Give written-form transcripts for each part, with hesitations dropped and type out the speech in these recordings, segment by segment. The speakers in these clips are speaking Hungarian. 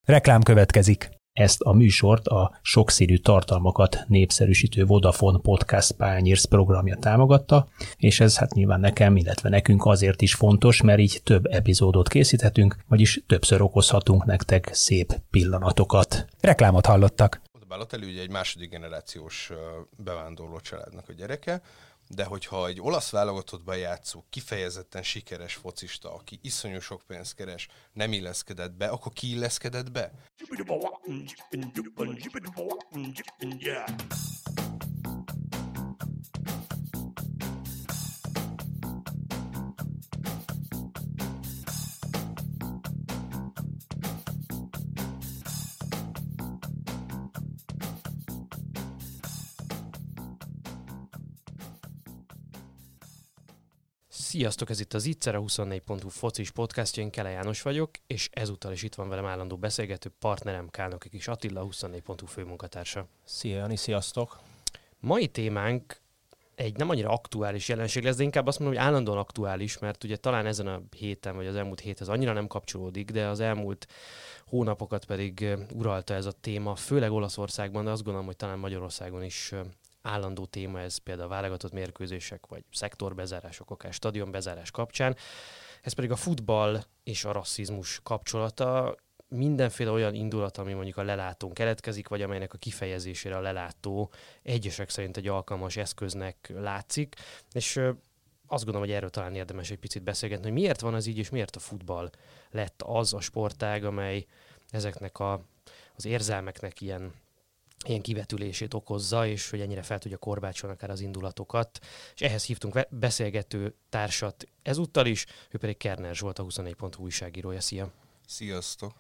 Reklám következik. Ezt a műsort a sokszínű tartalmakat népszerűsítő Vodafone Podcast Pioneers programja támogatta, és ez hát nyilván nekem, illetve nekünk azért is fontos, mert így több epizódot készíthetünk, vagyis többször okozhatunk nektek szép pillanatokat. Reklámot hallottak. Balotelli ugye egy második generációs bevándorló családnak a gyereke, de hogyha egy olasz válogatottban játszó, kifejezetten sikeres focista, aki iszonyú sok pénzt keres, nem illeszkedett be, akkor ki illeszkedett be? Sziasztok, ez itt az Ittszer, a 24.hu focis podcastja, én Kele János vagyok, és ezúttal is itt van velem állandó beszélgető partnerem Kálnoki Kis Attila, 24.hu főmunkatársa. Szia Jani, sziasztok! Mai témánk egy nem annyira aktuális jelenség lesz, de inkább azt mondom, hogy állandóan aktuális, mert ugye talán ezen a héten, vagy az elmúlt héthez annyira nem kapcsolódik, de az elmúlt hónapokat pedig uralta ez a téma, főleg Olaszországban, de azt gondolom, hogy talán Magyarországon is állandó téma ez, például válogatott mérkőzések, vagy szektorbezárások, akár stadionbezárás kapcsán. Ez pedig a futball és a rasszizmus kapcsolata, mindenféle olyan indulat, ami mondjuk a lelátón keletkezik, vagy amelynek a kifejezésére a lelátó egyesek szerint egy alkalmas eszköznek látszik, és azt gondolom, hogy erről talán érdemes egy picit beszélgetni, hogy miért van az így, és miért a futball lett az a sportág, amely ezeknek az érzelmeknek ilyen kivetülését okozza, és hogy ennyire fel tudja korbácsolni akár az indulatokat. És ehhez hívtunk beszélgető társat ezúttal is, ő pedig Kerner Zsolt, a 24.hu újságírója. Szia! Sziasztok!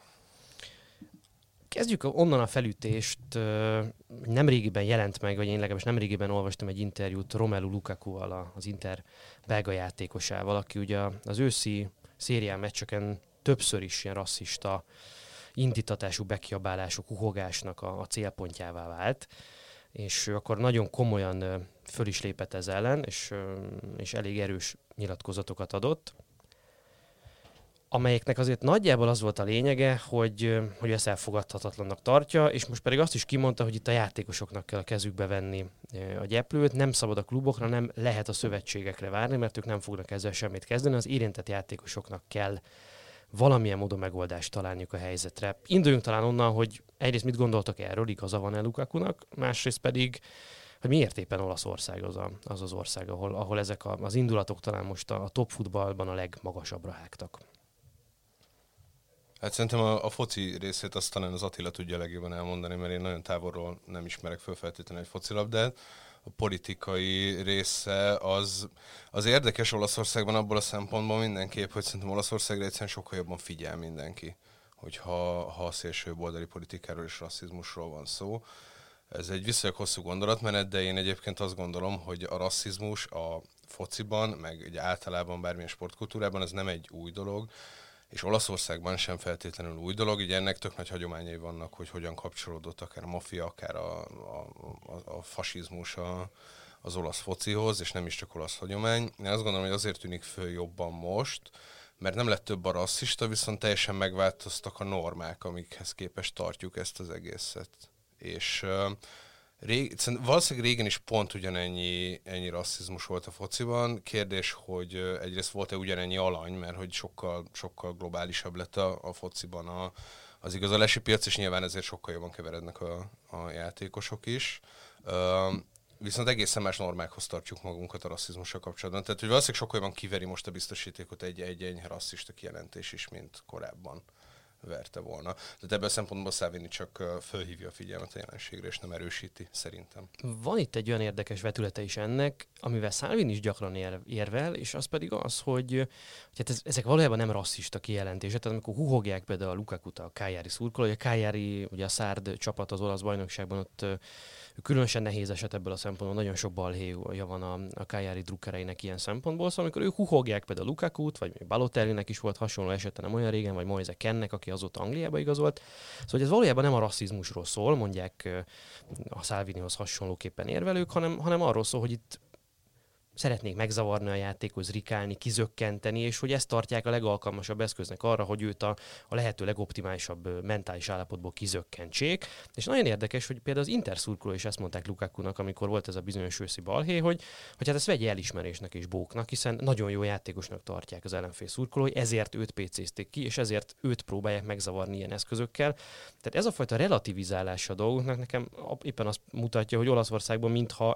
Kezdjük onnan a felütést. Nemrégiben jelent meg, vagy én legalábbis nemrégiben olvastam egy interjút Romelu Lukakuval, az Inter belga játékosával, aki ugye az őszi szérián meccseken többször is ilyen rasszista indítatású bekiabálások, huhogásnak a célpontjává vált, és ő akkor nagyon komolyan föl is lépett ez ellen, és elég erős nyilatkozatokat adott, amelyeknek azért nagyjából az volt a lényege, hogy ezt elfogadhatatlannak tartja, és most pedig azt is kimondta, hogy itt a játékosoknak kell a kezükbe venni a gyeplőt, nem szabad a klubokra, nem lehet a szövetségekre várni, mert ők nem fognak ezzel semmit kezdeni, az érintett játékosoknak kell valamilyen módon megoldást találniuk a helyzetre. Induljunk talán onnan, hogy egyrészt mit gondoltak erről, igaza van-e Lukakunak, másrészt pedig, hogy miért éppen Olaszország az ország, ahol ezek az indulatok talán most a top futballban a legmagasabbra hágtak. Hát szerintem a foci részét azt talán az Attila tudja legjobban elmondani, mert én nagyon távolról nem ismerek föl feltétlenül egy focilabdát. A politikai része az érdekes Olaszországban abból a szempontból mindenképp, hogy szerintem Olaszországra egyszerűen sokkal jobban figyel mindenki, hogyha a szélsőjobboldali politikáról és rasszizmusról van szó. Ez egy viszonylag hosszú gondolatmenet, de én egyébként azt gondolom, hogy a rasszizmus a fociban, meg ugye általában bármilyen sportkultúrában ez nem egy új dolog, és Olaszországban sem feltétlenül új dolog, ugye ennek tök nagy hagyományai vannak, hogy hogyan kapcsolódott akár a maffia, akár a fasizmus az olasz focihoz, és nem is csak olasz hagyomány. Én azt gondolom, hogy azért tűnik föl jobban most, mert nem lett több a rasszista, viszont teljesen megváltoztak a normák, amikhez képest tartjuk ezt az egészet. És valószínűleg régen is pont ugyanennyi rasszizmus volt a fociban. Kérdés, hogy egyrészt volt-e ugyanennyi alany, mert hogy sokkal globálisabb lett a fociban az igazolási piac, és nyilván ezért sokkal jobban keverednek a játékosok is. Viszont egészen más normákhoz tartjuk magunkat a rasszizmussal kapcsolatban. Tehát, hogy valószínűleg sokkal jobban kiveri most a biztosítékot egy enyhe rasszista kijelentés is, mint korábban verte volna. Tehát ebből a szempontból Salvini csak fölhívja a figyelmet a jelenségre, és nem erősíti, szerintem. Van itt egy olyan érdekes vetülete is ennek, amivel Salvini is gyakran érvel, és az pedig az, hogy hát ezek valójában nem rasszista kijelentések. Tehát amikor huhogják például a Lukakut a Cagliari szurkolói, a Cagliari, ugye a szárd csapat az olasz bajnokságban, ott különösen nehéz eset ebből a szempontból, nagyon sok balhéja van a Cagliari drukkereinek ilyen szempontból, szóval amikor ők huhogják például a Lukakut, vagy még Balotellinek is volt hasonló esete nem olyan régen, vagy Moise Kennek, aki azóta Angliába igazolt. Szóval ez valójában nem a rasszizmusról szól, mondják a Salvinihoz hasonlóképpen érvelők, hanem arról szól, hogy itt szeretnék megzavarni a játékhoz, rikálni, kizökkenteni, és hogy ezt tartják a legalkalmasabb eszköznek arra, hogy őt a lehető legoptimálisabb mentális állapotból kizökkentsék. És nagyon érdekes, hogy például az Inter szurkolói is ezt mondták Lukakunak, amikor volt ez a bizonyos őszi balhé, hogy hát ezt vegye elismerésnek és bóknak, hiszen nagyon jó játékosnak tartják az ellenfél szurkolói, ezért őt PC-zték ki, és ezért őt próbálják megzavarni ilyen eszközökkel. Tehát ez a fajta relativizálása a dolgoknak nekem éppen azt mutatja, hogy Olaszországban mintha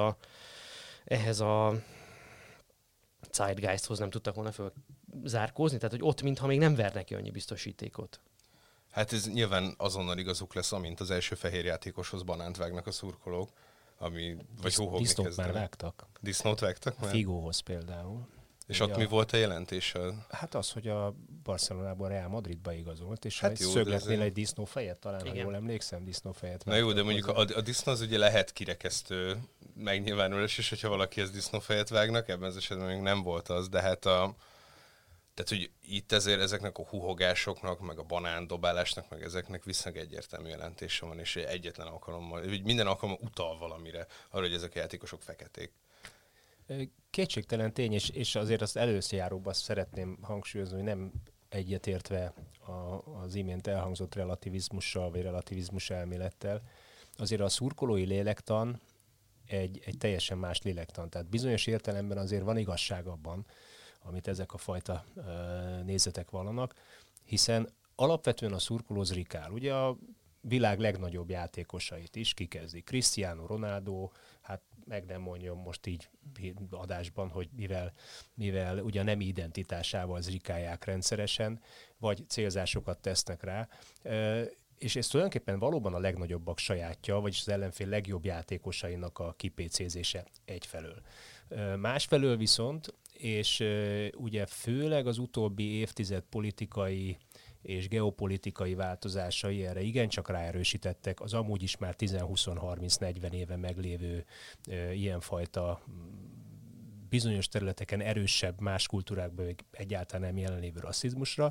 ehhez a Zeitgeisthoz nem tudtak volna fölzárkózni, tehát hogy ott mintha még nem vernek ki annyi biztosítékot. Hát ez nyilván azonnal igazuk lesz, amint az első fehér játékoshoz banánt vágnak a szurkolók, vagy hóhogni Disznót kezdenek. már vágtak. Disznót vágtak már? Figóhoz például. És ott mi volt a jelentése? Hát az, hogy a Barcelonában Real Madridba igazolt, és hát egy jó, szögletnél egy disznófejet, talán, igen. ha jól emlékszem, disznófejet. Na jó, de mondjuk a disznó az ugye lehet kirekesztő megnyilvánulás is, hogyha valaki ezt disznófejet vágnak, ebben az esetben még nem volt az, de hát tehát, hogy itt ezért ezeknek a huhogásoknak, meg a banándobálásnak, meg ezeknek viszonylag egyértelmű jelentése van, és egyetlen alkalommal, minden alkalommal utal valamire, arra, hogy ezek a játékosok feketék. Kétségtelen tény, és azért azt előszjáróban szeretném hangsúlyozni, hogy nem egyetértve az imént elhangzott relativizmussal, vagy relativizmus elmélettel, azért a szurkolói lélektan egy teljesen más lélektan. Tehát bizonyos értelemben azért van igazság abban, amit ezek a fajta nézetek vallanak, hiszen alapvetően a szurkoló zrikál. Ugye a világ legnagyobb játékosait is kikezdi. Cristiano Ronaldo, hát meg nem mondjam most így adásban, hogy mivel ugye a nemi identitásával zrikálják rendszeresen, vagy célzásokat tesznek rá, és ez tulajdonképpen valóban a legnagyobbak sajátja, vagyis az ellenfél legjobb játékosainak a kipécézése egyfelől. Másfelől viszont, és ugye főleg az utóbbi évtized politikai és geopolitikai változásai erre igencsak ráerősítettek az amúgy is már 10-20-30-40 éve meglévő ilyenfajta bizonyos területeken erősebb, más kultúrákban egyáltalán nem jelenlévő rasszizmusra,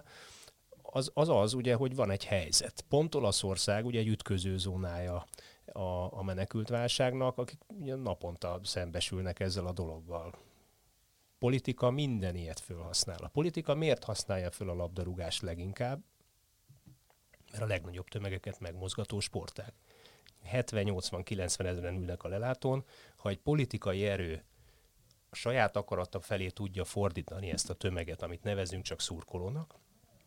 az ugye, hogy van egy helyzet. Pont Olaszország ugye egy ütközőzónája a menekültválságnak, akik naponta szembesülnek ezzel a dologgal. Politika minden ilyet fölhasznál. A politika miért használja föl a labdarúgást leginkább? Mert a legnagyobb tömegeket megmozgató sportág. 70-80-90 ezeren ülnek a lelátón, ha egy politikai erő a saját akarata felé tudja fordítani ezt a tömeget, amit nevezünk csak szurkolónak.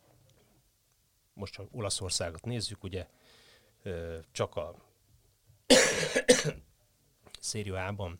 Most ha Olaszországot nézzük, ugye csak a Serie A-ban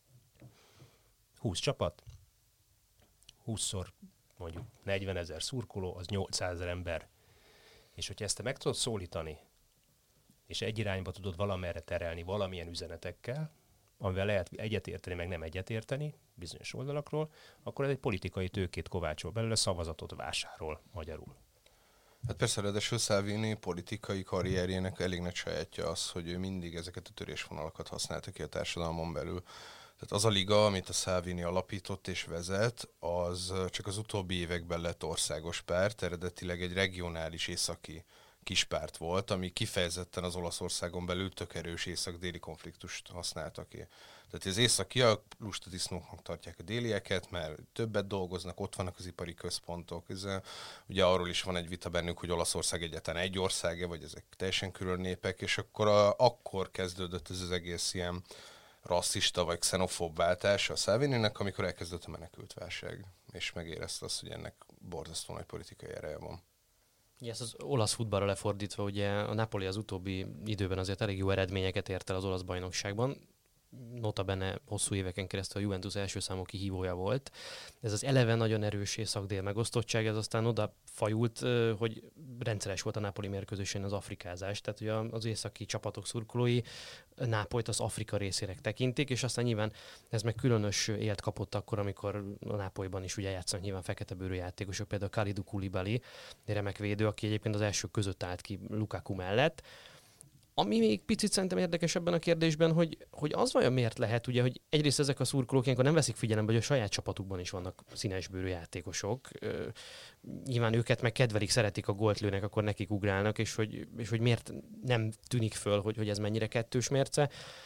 20 csapat, 20-szor mondjuk 40 000 szurkoló, az 800 000 ember. És hogyha ezt te meg tudod szólítani, és egy irányba tudod valamerre terelni valamilyen üzenetekkel, amivel lehet egyetérteni, meg nem egyetérteni bizonyos oldalakról, akkor ez egy politikai tőkét kovácsol belőle, szavazatot vásárol magyarul. Hát persze, ráadásul Salvini politikai karrierjének elég nagy sajátja az, hogy ő mindig ezeket a törésvonalakat használta ki a társadalmon belül. Tehát az a liga, amit a Salvini alapított és vezet, az csak az utóbbi években lett országos párt, eredetileg egy regionális északi kispárt volt, ami kifejezetten az Olaszországon belül tök erős észak-déli konfliktust használta ki. Tehát az északiak lustatdisznóknak tartják a délieket, mert többet dolgoznak, ott vannak az ipari központok. Ugye arról is van egy vita bennük, hogy Olaszország egyáltalán egy ország-e, vagy ezek teljesen külön népek, és akkor kezdődött ez az egész ilyen rasszista vagy xenofób váltás a Salvininek, amikor elkezdődött a menekültválság, és megérezte azt, hogy ennek borzasztó nagy politikai ereje van. Ja, ezt az olasz futballra lefordítva, ugye a Napoli az utóbbi időben azért elég jó eredményeket ért el az olasz bajnokságban. Notabene hosszú éveken keresztül a Juventus első számú kihívója volt. Ez az eleve nagyon erős észak-dél megosztottság, ez aztán oda fajult, hogy rendszeres volt a Napoli mérkőzésén az afrikázás. Tehát ugye az északi csapatok szurkolói Nápolyt az Afrika részének tekintik, és aztán nyilván ez meg különös élt kapott akkor, amikor a Nápolyban is ugye játszanak nyilván feketebőrű játékosok, például Kalidou Koulibaly, remek védő, aki egyébként az elsők között állt ki Lukaku mellett. Ami még picit szerintem érdekes ebben a kérdésben, hogy az vajon miért lehet, ugye, hogy egyrészt ezek a szurkolók ilyenkor nem veszik figyelembe, hogy a saját csapatukban is vannak színesbőrű játékosok. Nyilván őket meg kedvelik, szeretik, a gólt lőnek, akkor nekik ugrálnak, és hogy miért nem tűnik föl, hogy ez mennyire kettős mérce.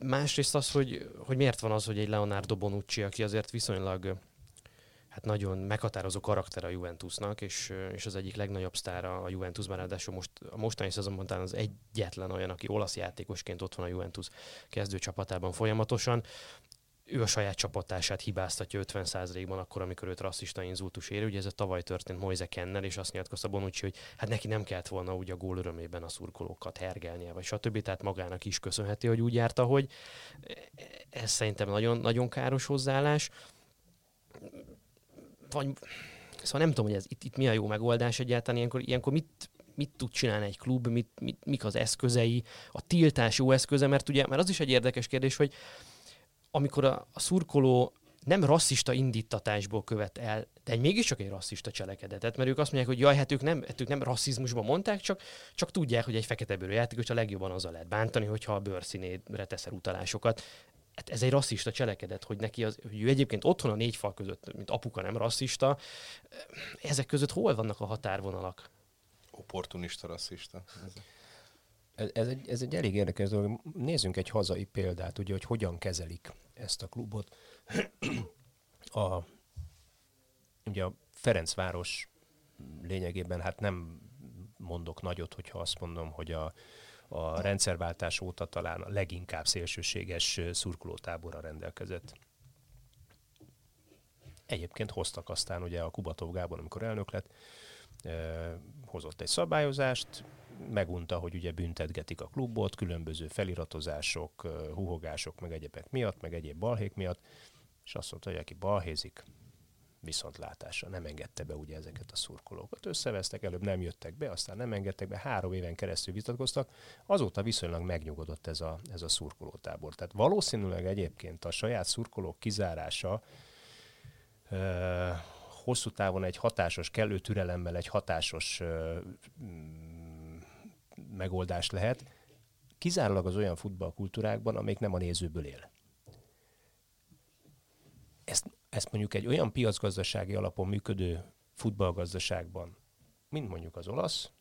Másrészt az, hogy miért van az, hogy egy Leonardo Bonucci, aki azért viszonylag nagyon meghatározó karakter a Juventusnak, és az egyik legnagyobb sztára a Juventusban, ráadásul a mostani szezonban talán az egyetlen olyan, aki olasz játékosként ott van a Juventus kezdőcsapatában folyamatosan. Ő a saját csapatását hibáztatja 50%-ban akkor, amikor őt rasszista inzultus éri. Ugye ez a tavaly történt Moise Kennel, és azt nyilatkozta Bonucci, hogy hát neki nem kellett volna úgy a gól örömében a szurkolókat hergelnie, vagy stb. Tehát magának is köszönheti, hogy úgy járta, hogy ez szerintem nagyon, nagyon káros hozzáállás. Szóval nem tudom, hogy itt mi a jó megoldás egyáltalán. Ilyenkor mit tud csinálni egy klub, mik az eszközei, a tiltás jó eszköze, mert az is egy érdekes kérdés, hogy amikor a szurkoló nem rasszista indítatásból követ el, de mégiscsak egy rasszista cselekedetet, mert ők azt mondják, hogy jaj, hát ők nem rasszizmusban mondták, csak tudják, hogy egy feketebőrű játékos a legjobban azzal lehet bántani, hogyha a bőrszínére teszel utalásokat. Hát ez egy rasszista cselekedet, hogy ő egyébként otthon a négy fal között, mint apuka nem rasszista, ezek között hol vannak a határvonalak? Opportunista rasszista. Ez egy elég érdekes dolog. Nézzünk egy hazai példát, ugye, hogy hogyan kezelik ezt a klubot. Ugye a Ferencváros lényegében, hát nem mondok nagyot, hogyha azt mondom, hogy a rendszerváltás óta talán a leginkább szélsőséges szurkolótáborra rendelkezett. Egyébként hoztak aztán ugye a Kubatov Gábor, amikor elnök lett, hozott egy szabályozást, megunta, hogy ugye büntetgetik a klubot, különböző feliratozások, huhogások, meg egyebek miatt, meg egyéb balhék miatt, és azt mondta, hogy aki balhézik, viszontlátásra nem engedte be ugye ezeket a szurkolókat. Összevesztek, előbb nem jöttek be, aztán nem engedtek be, 3 éven keresztül vitatkoztak, azóta viszonylag megnyugodott ez a szurkolótábor. Tehát valószínűleg egyébként a saját szurkolók kizárása hosszú távon egy hatásos, kellő türelemmel egy hatásos megoldás lehet, kizárólag az olyan futballkultúrákban, amelyik nem a nézőből él. Ezt mondjuk egy olyan piacgazdasági alapon működő futballgazdaságban, mint mondjuk az olasz,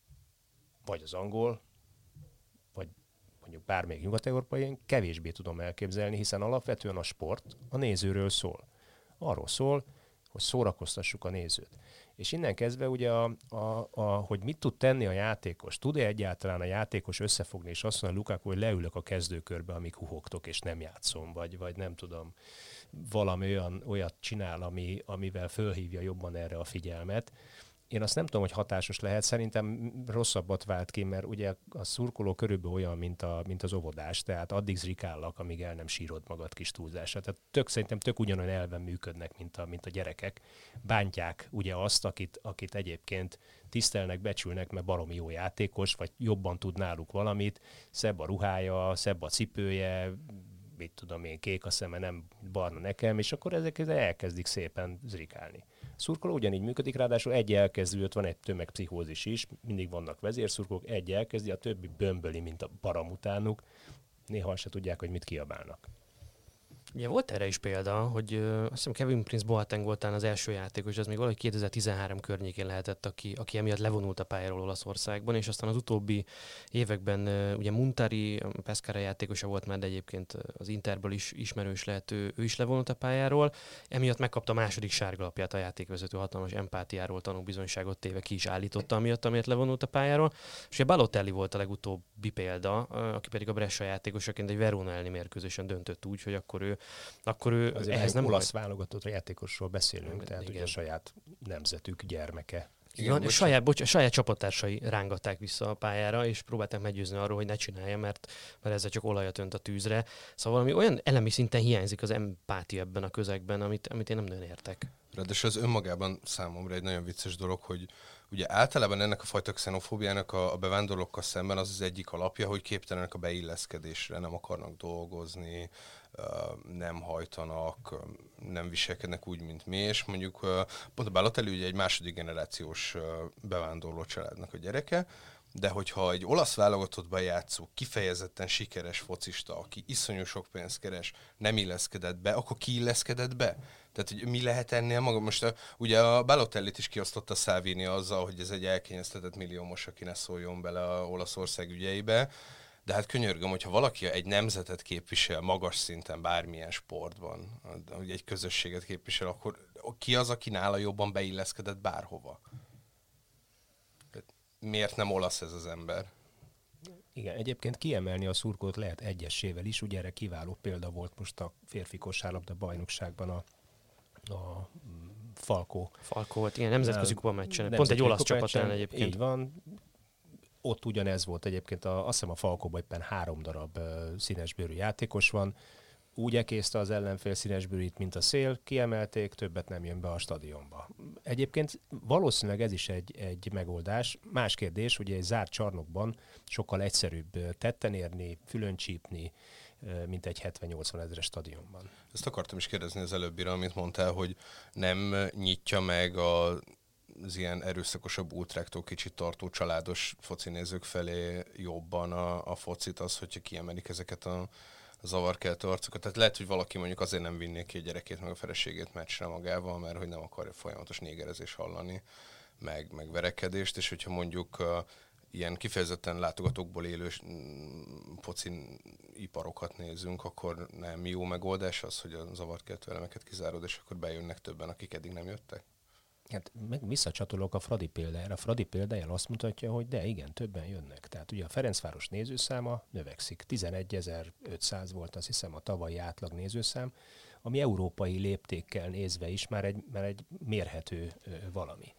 vagy az angol, vagy mondjuk bármelyik nyugat-európai, én kevésbé tudom elképzelni, hiszen alapvetően a sport a nézőről szól. Arról szól, hogy szórakoztassuk a nézőt. És innen kezdve ugye, hogy mit tud tenni a játékos, tud-e egyáltalán a játékos összefogni, és azt mondja Lukaku, hogy leülök a kezdőkörbe, amíg huhogtok, és nem játszom, vagy nem tudom, valami olyat csinál, amivel fölhívja jobban erre a figyelmet. Én azt nem tudom, hogy hatásos lehet, szerintem rosszabbat vált ki, mert ugye a szurkoló körülbelül olyan, mint az óvodás, tehát addig zrikállak, amíg el nem sírod magad kis túlzásra. Tehát szerintem tök ugyanolyan elven működnek, mint a gyerekek. Bántják ugye azt, akit egyébként tisztelnek, becsülnek, mert baromi jó játékos, vagy jobban tud náluk valamit, szebb a ruhája, szebb a cipője, mit tudom én, kék a szeme, nem barna nekem, és akkor ezek elkezdik szépen zrikálni. Szurkoló ugyanígy működik, ráadásul egy elkezdi, ott van egy tömegpszichózis is, mindig vannak vezérszurkolók, egy elkezdi, a többi bömböli, mint a baram utánuk, néha se tudják, hogy mit kiabálnak. Ugye volt erre is példa, hogy azt hiszem Kevin Prince Boateng volt az első játékos, az még valahogy 2013 környékén lehetett, aki emiatt levonult a pályáról Olaszországban, és aztán az utóbbi években ugye Muntari, Pescara játékosa volt már, de egyébként az Interből is ismerős lehet, ő is levonult a pályáról, emiatt megkapta a második sárgalapját, a játékvezető hatalmas empátiáról tanúbizonyságot téve ki is állította amiatt levonult a pályáról, és ugye Balotelli volt a legutóbbi példa, aki pedig a Brescia játékosaként egy Verona elleni mérkőzésen döntött úgy, hogy akkor ő azért ehhez nem olasz válogatott játékosról beszélünk, tehát igen. ugye a saját nemzetük gyermeke. Igen, saját csapattársai rángatták vissza a pályára, és próbálták meggyőzni arról, hogy ne csinálja, mert ezzel csak olajat önt a tűzre. Szóval valami olyan elemi szinten hiányzik az empátia ebben a közegben, amit én nem nagyon értek. Ráadásul az önmagában számomra egy nagyon vicces dolog, hogy ugye általában ennek a fajta xenofóbiának a bevándorlókkal szemben az egyik alapja, hogy képtelenek a beilleszkedésre, nem akarnak dolgozni, nem hajtanak, nem viselkednek úgy, mint mi, és mondjuk pont a Balotelli ugye egy második generációs bevándorló családnak a gyereke, de hogyha egy olasz válogatottban játszó, kifejezetten sikeres focista, aki iszonyú sok pénzt keres, nem illeszkedett be, akkor ki illeszkedett be? Tehát, hogy mi lehet ennél maga? Most ugye a Balotellit is kiosztotta Salvini azzal, hogy ez egy elkényeztetett milliómos, aki ne szóljon bele a Olaszország ügyeibe, De hát könyörgöm, hogyha valaki egy nemzetet képvisel magas szinten bármilyen sportban, hogy egy közösséget képvisel, akkor ki az, aki nála jobban beilleszkedett bárhova? Miért nem olasz ez az ember? Igen, egyébként kiemelni a szurkolót lehet egyesével is, ugye erre kiváló példa volt most a férfi kosárlabda bajnokságban a Falkó. Falkó volt, igen, nemzetközi kupa meccsen. Pont egy olasz csapat ellen egyébként. Így van. Ott ugyanez volt egyébként, azt hiszem a Falkóban éppen 3 darab színesbőrű játékos van. Úgy ekészte az ellenfél színesbőrűt, mint a szél, kiemelték, többet nem jön be a stadionba. Egyébként valószínűleg ez is egy megoldás. Más kérdés, ugye egy zárt csarnokban sokkal egyszerűbb tetten érni, fülön csípni, mint egy 70-80 ezeres stadionban. Ezt akartam is kérdezni az előbbire, amit mondtál, hogy nem nyitja meg az ilyen erőszakosabb ultráktól kicsit tartó családos focinézők felé jobban a focit az, hogyha kiemelik ezeket a zavarkeltő arcokat. Tehát lehet, hogy valaki mondjuk azért nem vinné ki a gyerekét meg a feleségét meccsre magával, mert hogy nem akarja folyamatos négerezés hallani, meg verekedést, és hogyha mondjuk ilyen kifejezetten látogatókból élő focin iparokat nézünk, akkor nem jó megoldás az, hogy a zavarkeltő elemeket kizárod, és akkor bejönnek többen, akik eddig nem jöttek? Hát meg visszacsatolok a Fradi példájára. A Fradi példája azt mutatja, hogy de igen, többen jönnek. Tehát ugye a Ferencváros nézőszáma növekszik. 11.500 volt, azt hiszem, a tavalyi átlag nézőszám, ami európai léptékkel nézve is már egy mérhető valami.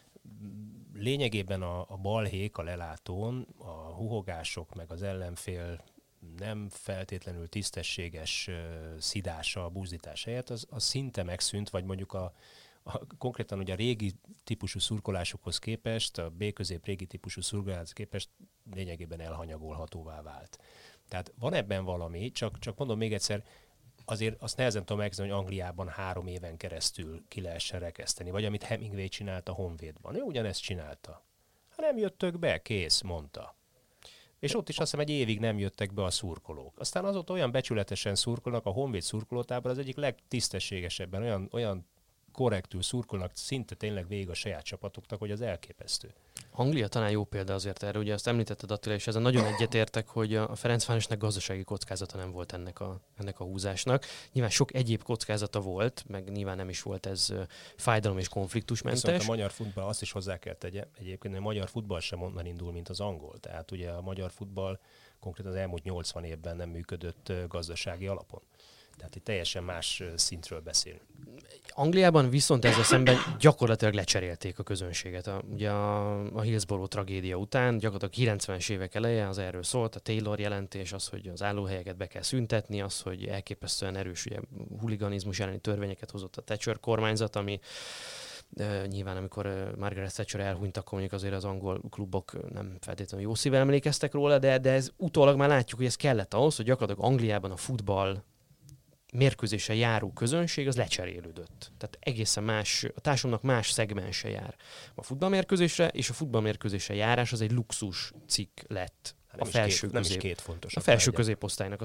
Lényegében a balhék a lelátón, a huhogások meg az ellenfél nem feltétlenül tisztességes szidása, buzdítás helyett, az szinte megszűnt, vagy mondjuk konkrétan ugye a régi típusú szurkolásokhoz képest, a B-közép régi típusú szurkoláshoz képest lényegében elhanyagolhatóvá vált. Tehát van ebben valami, csak mondom még egyszer, azért azt nehezen tudom megkezdeni, hogy Angliában 3 éven keresztül ki lehessen rekeszteni, vagy amit Hemingway csinált a Honvédban. Ő ugyanezt csinálta. Ha nem jöttök be, kész, mondta. És ott is azt hiszem, egy évig nem jöttek be a szurkolók. Aztán azóta olyan becsületesen szurkolnak, a Honvéd szurkolótábor az egyik legtisztességesebben, olyan korrektül szurkolnak szinte tényleg végig a saját csapatoknak, hogy az elképesztő. Anglia talán jó példa azért erre, ugye azt említetted Attila, és ezen nagyon egyetértek, hogy a Ferencvárosnak gazdasági kockázata nem volt ennek a húzásnak. Nyilván sok egyéb kockázata volt, meg nyilván nem is volt ez fájdalom és konfliktusmentes. Viszont a magyar futball, azt is hozzá kell tegye, egyébként a magyar futball sem onnan indul, mint az angol. Tehát ugye a magyar futball konkrétan az elmúlt 80 évben nem működött gazdasági alapon. Tehát egy teljesen más szintről beszélünk. Angliában viszont ezzel szemben gyakorlatilag lecserélték a közönséget. Ugye a Hillsborough tragédia után, gyakorlatilag 90-es évek eleje az erről szólt, a Taylor jelentés, az, hogy az állóhelyeket be kell szüntetni, az, hogy elképesztően erős ugye, huliganizmus elleni törvényeket hozott a Thatcher kormányzat, ami nyilván amikor Margaret Thatcher elhunyt, akkor mondjuk azért az angol klubok nem feltétlenül jó szívvel emlékeztek róla, de ez utólag már látjuk, hogy ez kellett ahhoz, hogy gyakorlatilag Angliában a futball mérkőzéssel járó közönség az lecserélődött. Tehát egészen más, a társadalomnak más szegmense jár a futballmérkőzésre, és a futballmérkőzésre járás az egy luxus cikk lett. A felső középosztálynak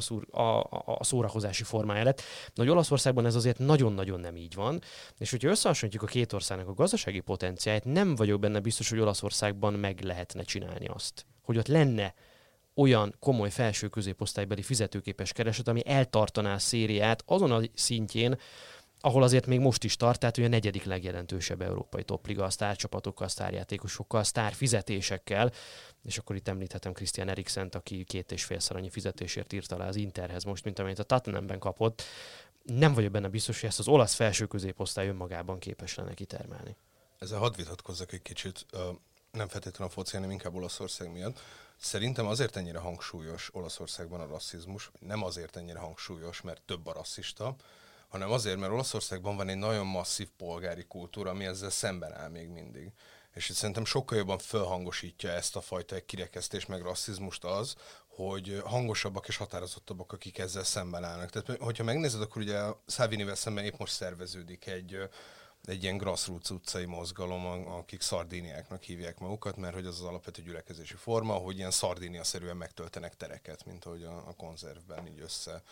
a szórakozási formája lett. De hogy Olaszországban ez azért nagyon-nagyon nem így van, és hogyha összehasonlítjuk a két országnak a gazdasági potenciáját, nem vagyok benne biztos, hogy Olaszországban meg lehetne csinálni azt, hogy ott lenne olyan komoly felső középosztálybeli fizetőképes kereset, ami eltartaná a szériát azon a szintjén, ahol azért még most is tart, tehát a 4. legjelentősebb európai topliga a sztárcsapatokkal, sztárjátékosokkal, sztárfizetésekkel, és akkor itt említhetem Christian Eriksent, aki 2,5-szer annyi fizetésért írta le az Interhez most, mint amit a Tottenhamben kapott. Nem vagyok benne biztos, hogy ezt az olasz felső középosztály önmagában képes lenne kitermelni. Ezzel hadd vitatkozzak egy kicsit, nem feltétlenül a foci, hanem inkább Olaszország miatt. Szerintem azért ennyire hangsúlyos Olaszországban a rasszizmus, nem azért ennyire hangsúlyos, mert több a rasszista, hanem azért, mert Olaszországban van egy nagyon masszív polgári kultúra, ami ezzel szemben áll még mindig. És itt szerintem sokkal jobban fölhangosítja ezt a fajta kirekesztést meg rasszizmust az, hogy hangosabbak és határozottabbak, akik ezzel szemben állnak. Tehát, hogyha megnézed, akkor ugye Salvinivel szemben épp most szerveződik egy ilyen grassroots utcai mozgalom, akik szardíniáknak hívják magukat, mert hogy az alapvető gyülekezési forma, hogy ilyen szardínia-szerűen megtöltenek tereket, mint ahogy a konzervben így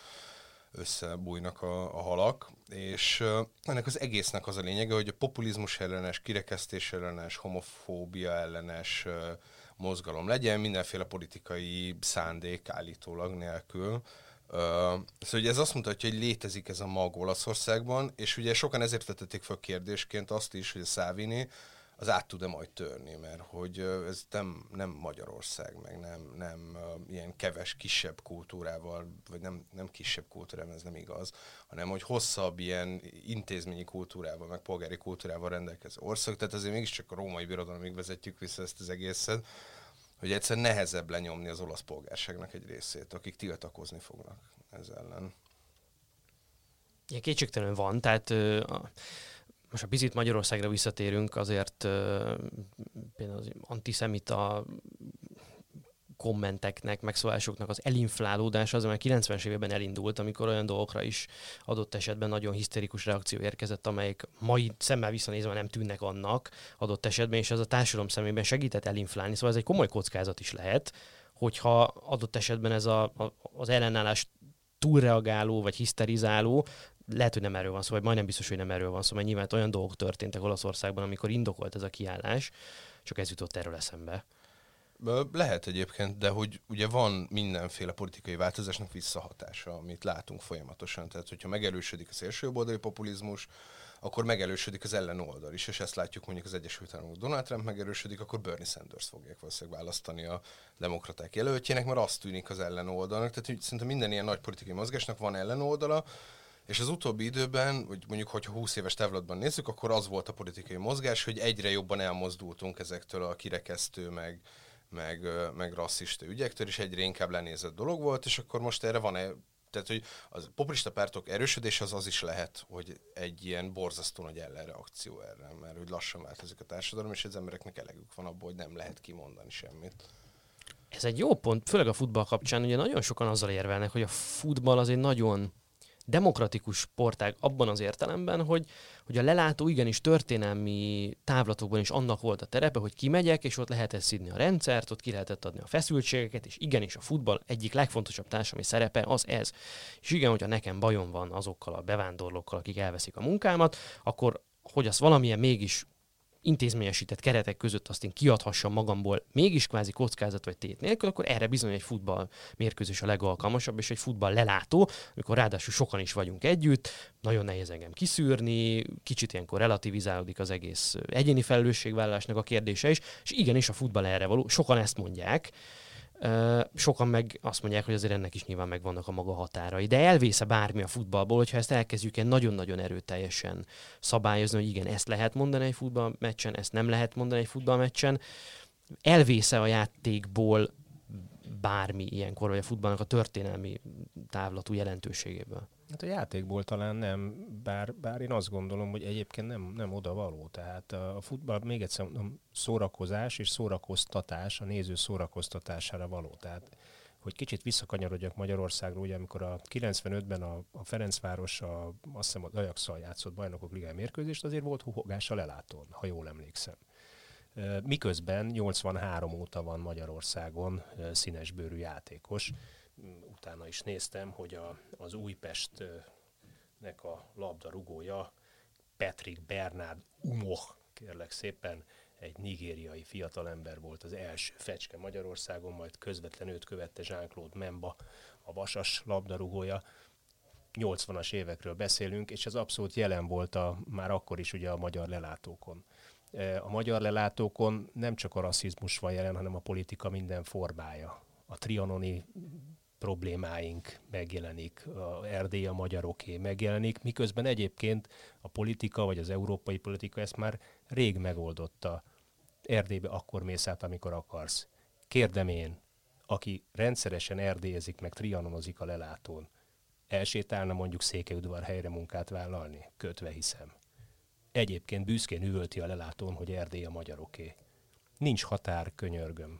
összebújnak a halak. És ennek az egésznek az a lényege, hogy a populizmus ellenes, kirekesztés ellenes, homofóbia ellenes, mozgalom legyen, mindenféle politikai szándék állítólag nélkül. Szóval ugye ez azt mutatja, hogy létezik ez a mag Olaszországban, és ugye sokan ezért vetették fel kérdésként azt is, hogy a Salvini az át tud-e majd törni, mert hogy ez nem Magyarország, meg nem ilyen kisebb kultúrával, vagy nem kisebb kultúrával, ez nem igaz, hanem hogy hosszabb ilyen intézményi kultúrával, meg polgári kultúrával rendelkező ország, tehát azért mégiscsak a római birodalomig vezetjük vissza ezt az egészet, hogy egyszer nehezebb lenyomni az olasz polgárságnak egy részét, akik tiltakozni fognak ez ellen. Igen, kétségtelenül van, tehát most a picit Magyarországra visszatérünk, azért például az antiszemita kommenteknek, megszólásoknak az elinflálódása az már 90-es években elindult, amikor olyan dolgokra is adott esetben nagyon hiszterikus reakció érkezett, amelyek mai szemmel visszanézve nem tűnnek annak adott esetben, és ez a társadalom szemében segített elinflálni. Szóval ez egy komoly kockázat is lehet, hogyha adott esetben ez az ellenállás túlreagáló vagy hiszterizáló, lehet, hogy nem erről van szó, vagy majdnem biztos, hogy nem erről van szó, mert nyilván olyan dolgok történtek Olaszországban, amikor indokolt ez a kiállás, csak ez jutott erről eszembe. Lehet egyébként, de hogy ugye van mindenféle politikai változásnak visszahatása, amit látunk folyamatosan. Tehát, hogyha megerősödik a szélsőjobboldali populizmus, akkor megerősödik az ellenoldal is, és ezt látjuk mondjuk az Egyesült Államok. Donald Trump megerősödik, akkor Bernie Sanders fogják valószínűleg választani a demokraták jelöltjének, mert azt tűnik az ellenoldalnak. Tehát hogy szerintem minden ilyen nagy politikai mozgásnak van ellenoldala, és az utóbbi időben, vagy mondjuk, hogyha 20 éves távlatban nézzük, akkor az volt a politikai mozgás, hogy egyre jobban elmozdultunk ezektől a kirekesztő, meg rasszista ügyektől, és egyre inkább lenézett dolog volt, és akkor most erre tehát, hogy a populista pártok erősödés az is lehet, hogy egy ilyen borzasztó nagy ellenreakció erre, mert hogy lassan változik a társadalom, és az embereknek elegük van abból, hogy nem lehet kimondani semmit. Ez egy jó pont, főleg a futball kapcsán, ugye nagyon sokan azzal érvelnek, hogy a futball az egy nagyon demokratikus sportág abban az értelemben, hogy a lelátó igenis történelmi távlatokban is annak volt a terepe, hogy kimegyek, és ott lehetett szidni a rendszert, ott ki lehetett adni a feszültségeket, és igenis a futball egyik legfontosabb társadalmi szerepe az ez. És igen, hogyha nekem bajom van azokkal a bevándorlókkal, akik elveszik a munkámat, akkor hogy azt valamilyen mégis intézményesített keretek között azt én kiadhassam magamból mégis kvázi kockázat vagy tét nélkül, akkor erre bizony egy futball mérkőzés a legalkalmasabb, és egy futball lelátó, amikor ráadásul sokan is vagyunk együtt, nagyon nehéz engem kiszűrni, kicsit ilyenkor relativizálódik az egész egyéni felelősségvállalásnak a kérdése is, és igenis a futball erre való, sokan ezt mondják, sokan meg azt mondják, hogy azért ennek is nyilván megvannak a maga határai. De elvész bármi a futballból, hogyha ezt elkezdjük nagyon-nagyon erőteljesen szabályozni, hogy igen, ezt lehet mondani egy futballmeccsen, ezt nem lehet mondani egy futballmeccsen. Elvész a játékból bármi ilyenkor, vagy a futballnak a történelmi távlatú jelentőségéből? Hát a játékból talán nem, bár én azt gondolom, hogy egyébként nem oda való. Tehát a futball még egyszer mondom, szórakozás és szórakoztatás, a néző szórakoztatására való. Tehát, hogy kicsit visszakanyarodjak Magyarországról, ugye amikor a 95-ben a Ferencváros, azt hiszem az Ajax-szal játszott Bajnokok Ligája mérkőzést, azért volt huhogás a lelátón, ha jól emlékszem. Miközben 83 óta van Magyarországon színesbőrű játékos. Utána is néztem, hogy az Újpestnek a labdarúgója Patrick Bernard Umoh, kérlek szépen, egy nigériai fiatalember volt az első fecske Magyarországon, majd közvetlenül őt követte Jean-Claude Memba, a Vasas labdarúgója. 80-as évekről beszélünk, és ez abszolút jelen volt már akkor is ugye a magyar lelátókon. A magyar lelátókon nem csak a rasszizmus van jelen, hanem a politika minden formája. A trianoni problémáink megjelenik, a Erdély a magyaroké megjelenik, miközben egyébként a politika, vagy az európai politika ezt már rég megoldotta. Erdélybe akkor mész át, amikor akarsz. Kérdem én, aki rendszeresen erdélyezik, meg trianonozik a lelátón, elsétálna mondjuk Székelyudvarhelyre munkát vállalni? Kötve hiszem. Egyébként büszkén üvölti a lelátón, hogy Erdély a magyaroké. Nincs határ, könyörgöm.